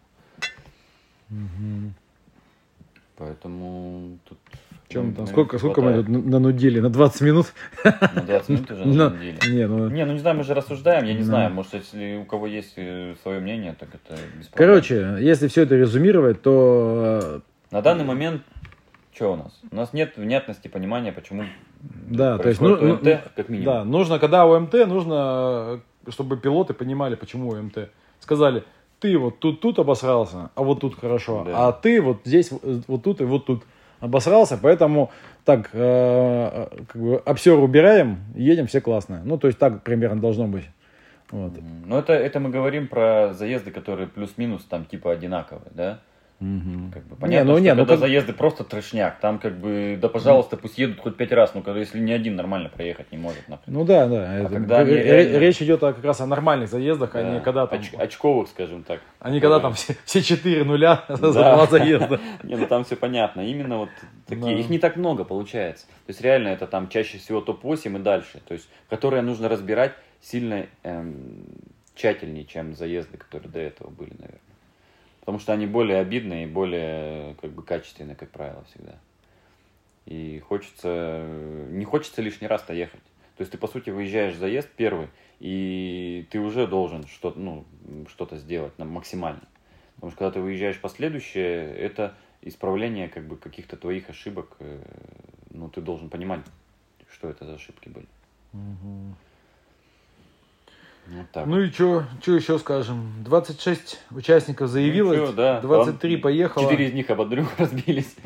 Поэтому тут... Чем там? Сколько мы тут нанудили? На 20 минут? На 20 минут уже нанудили. Не знаю, мы же рассуждаем. Я не знаю, может, если у кого есть свое мнение, так это бесполезно. Короче, если все это резюмировать, то... На данный момент, что у нас? У нас нет внятности понимания, почему да, то есть, ОМТ, как минимум. Да, нужно, когда ОМТ, нужно, чтобы пилоты понимали, почему ОМТ. Сказали, ты вот тут обосрался, а вот тут хорошо, да. А ты вот здесь, вот тут и вот тут обосрался, поэтому так, как бы обсер убираем, едем, все классно. Ну, то есть так примерно должно быть. Вот. Ну, это мы говорим про заезды, которые плюс-минус там типа одинаковые, да? Как бы, понятно, когда заезды просто трешняк, там как бы, да пожалуйста, пусть едут хоть 5 раз, но когда если ни один нормально проехать не может, нахрен. Ну да. Когда речь идет как раз о нормальных заездах, да. А не когда там... Очковых, скажем так. А не когда там все 4 нуля за 2 заезда. Не, ну там все понятно. Именно вот такие, их не так много получается. То есть реально это там чаще всего топ-8 и дальше, то есть которые нужно разбирать сильно тщательнее, чем заезды, которые до этого были, наверное. Потому что они более обидные и более как бы качественные, как правило, всегда. И не хочется лишний раз-то ехать. То есть ты, по сути, выезжаешь в заезд первый, и ты уже должен что-то сделать максимально. Потому что когда ты выезжаешь последующее, это исправление как бы каких-то твоих ошибок. Ну, ты должен понимать, что это за ошибки были. Вот так. Ну и что еще скажем? 26 участников заявилось, ну, да. 23 поехало. 4 из них об друг разбились.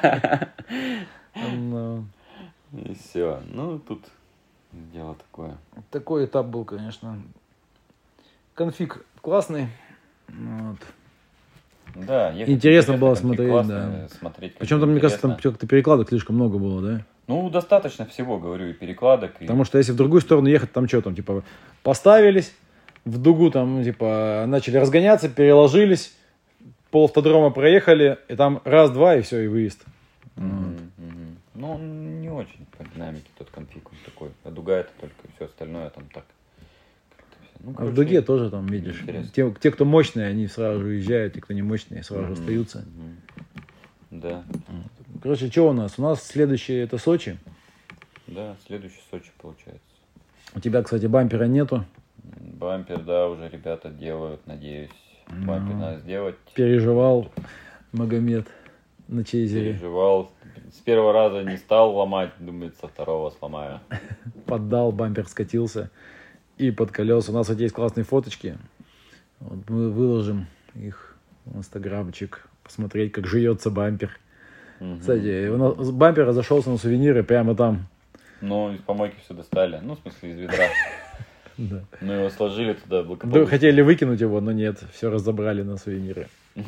И все. Ну, тут дело такое. Такой этап был, конечно. Конфиг классный. Вот. Да, интересно было там смотреть, классно, да. смотреть. Причем там, мне кажется, там как-то перекладок слишком много было, да? Ну, достаточно всего, говорю, и перекладок. Потому что если в другую сторону ехать, там что там, типа, поставились, в дугу там, типа, начали разгоняться, переложились, пол автодрома проехали, и там раз-два, и все, и выезд. Ну, он не очень по динамике тот конфиг, он такой. А дуга это только все остальное там так. Ну, короче, а в дуге тоже там, видишь, те, кто мощные, они сразу же уезжают, те, кто не мощные, сразу же остаются. Да. Короче, что у нас? У нас следующий это Сочи. Да, следующий Сочи получается. У тебя, кстати, бампера нету. Бампер, да, уже ребята делают, надеюсь. Бампер надо сделать. Переживал Магомед на чейзере. Переживал. С первого раза не стал ломать, думает, со второго сломаю. Поддал, бампер скатился. И под колеса. У нас вот есть классные фоточки. Вот мы выложим их в инстаграмчик. Посмотреть, как жуется бампер. Кстати, у нас бампер разошелся на сувениры прямо там. Ну, из помойки все достали. Ну, в смысле, из ведра. Да. Мы его сложили туда благополучно. Хотели выкинуть его, но нет. Все разобрали на сувениры.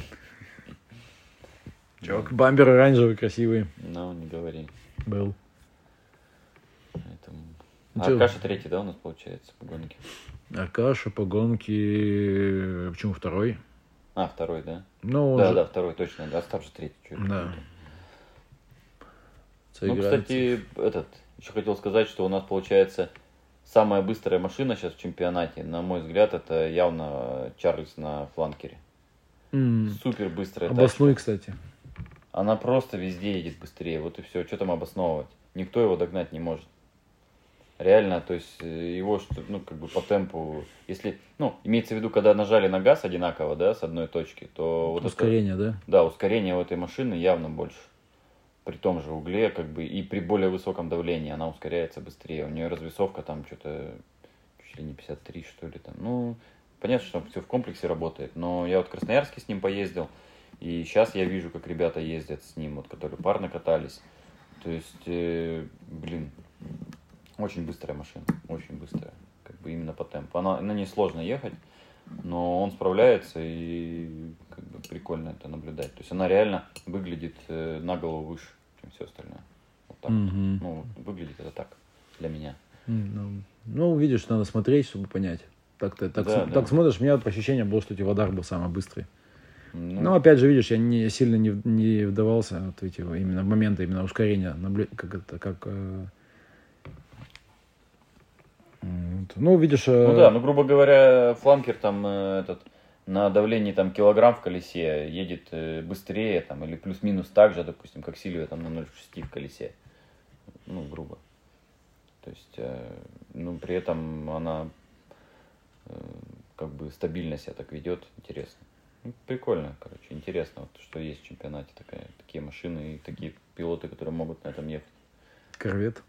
Чувак, бампер оранжевый, красивый. Ну, не говори. Был. Аркаша третий, да, у нас получается по гонке? Аркаша по гонке... Почему второй? А, второй, да? Ну, да, второй, точно. Остав же третий. Да. Ну, кстати, еще хотел сказать, что у нас получается самая быстрая машина сейчас в чемпионате. На мой взгляд, это явно Чарльз на фланкере. Супер быстрая тачка. Обоснуй, кстати. Она просто везде едет быстрее. Вот и все. Что там обосновывать? Никто его догнать не может. Реально, то есть его, как бы по темпу, если, имеется в виду, когда нажали на газ одинаково, да, с одной точки, то вот ускорение, да? Да, ускорение у этой машины явно больше. При том же угле, как бы, и при более высоком давлении она ускоряется быстрее. У нее развесовка там что-то, чуть ли не 53, что ли, там. Ну, понятно, что все в комплексе работает, но я вот в Красноярске с ним поездил, и сейчас я вижу, как ребята ездят с ним, вот, которые парно катались. То есть, очень быстрая машина, очень быстрая, как бы именно по темпу. На ней сложно ехать, но он справляется, и как бы прикольно это наблюдать. То есть она реально выглядит на голову выше, чем все остальное. Вот так. Ну, выглядит это так для меня. Ну, видишь, надо смотреть, чтобы понять. Так смотришь, у меня по ощущениям было, что Тивадар был самый быстрый. Ну, опять же, видишь, я сильно не вдавался вот эти именно моменты, именно ускорения, Ну, видишь... грубо говоря, фланкер там на давлении там килограмм в колесе едет быстрее, там, или плюс-минус так же, допустим, как Сильвия там на 0,6 в колесе. Ну, грубо. То есть, при этом она как бы стабильно себя так ведет, интересно. Прикольно, короче, интересно, вот, что есть в чемпионате такие машины и такие пилоты, которые могут на этом ехать. Корвет,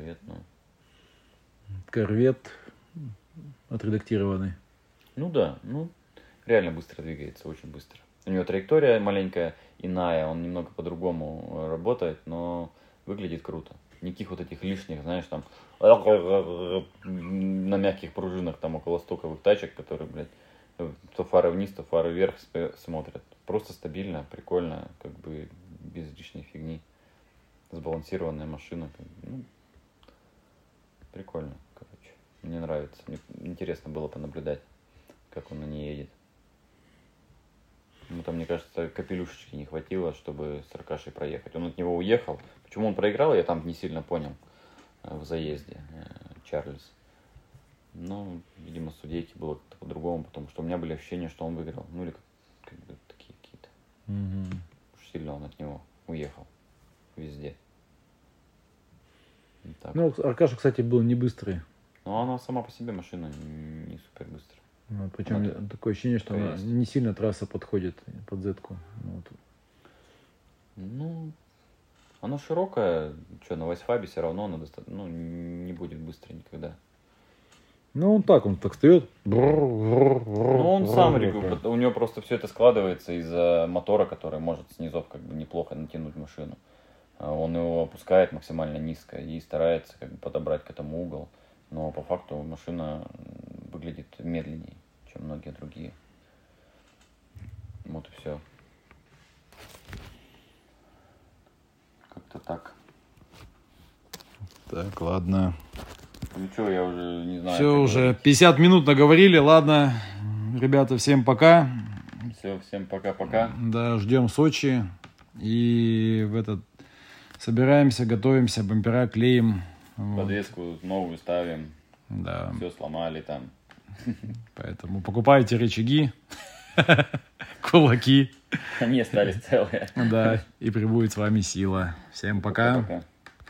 ну. Корвет отредактированный. Ну да, реально быстро двигается, очень быстро. У него траектория маленькая, иная, он немного по-другому работает, но выглядит круто. Никаких вот этих лишних, знаешь, там на мягких пружинах там около стоковых тачек, которые, то фары вниз, то фары вверх смотрят. Просто стабильно, прикольно, как бы без лишней фигни. Сбалансированная машина. Прикольно, короче. Мне нравится. Мне интересно было понаблюдать, как он на ней едет. Ему там, мне кажется, капелюшечки не хватило, чтобы с Аркашей проехать. Он от него уехал. Почему он проиграл, я там не сильно понял в заезде, Чарльз. Но, видимо, судейки было как-то по-другому, потому что у меня были ощущения, что он выиграл. Ну, или как бы такие какие-то. Уж сильно он от него уехал везде. Ну, Аркаша, кстати, был не быстрый. Но она сама по себе машина не супер быстрая. Причем такое ощущение, что она не сильно трасса подходит под Z-ку. Она широкая, на Вайсфабе все равно она не будет быстро никогда. Он так встает. Он сам, у него просто все это складывается из-за мотора, который может снизу как бы неплохо натянуть машину. Он его опускает максимально низко и старается как бы подобрать к этому угол. Но по факту машина выглядит медленнее, чем многие другие. Вот и все. Как-то так. Так, ладно. Ну что, я уже не знаю. Все, уже 50 минут наговорили. Ладно, ребята, всем пока. Все, всем пока-пока. Да, ждем Сочи. И собираемся, готовимся, бампера клеим. Подвеску новую ставим. Да. Все сломали там. Поэтому покупайте рычаги, кулаки. Они остались целые. Да, и прибудет с вами сила. Всем пока. Пока-пока.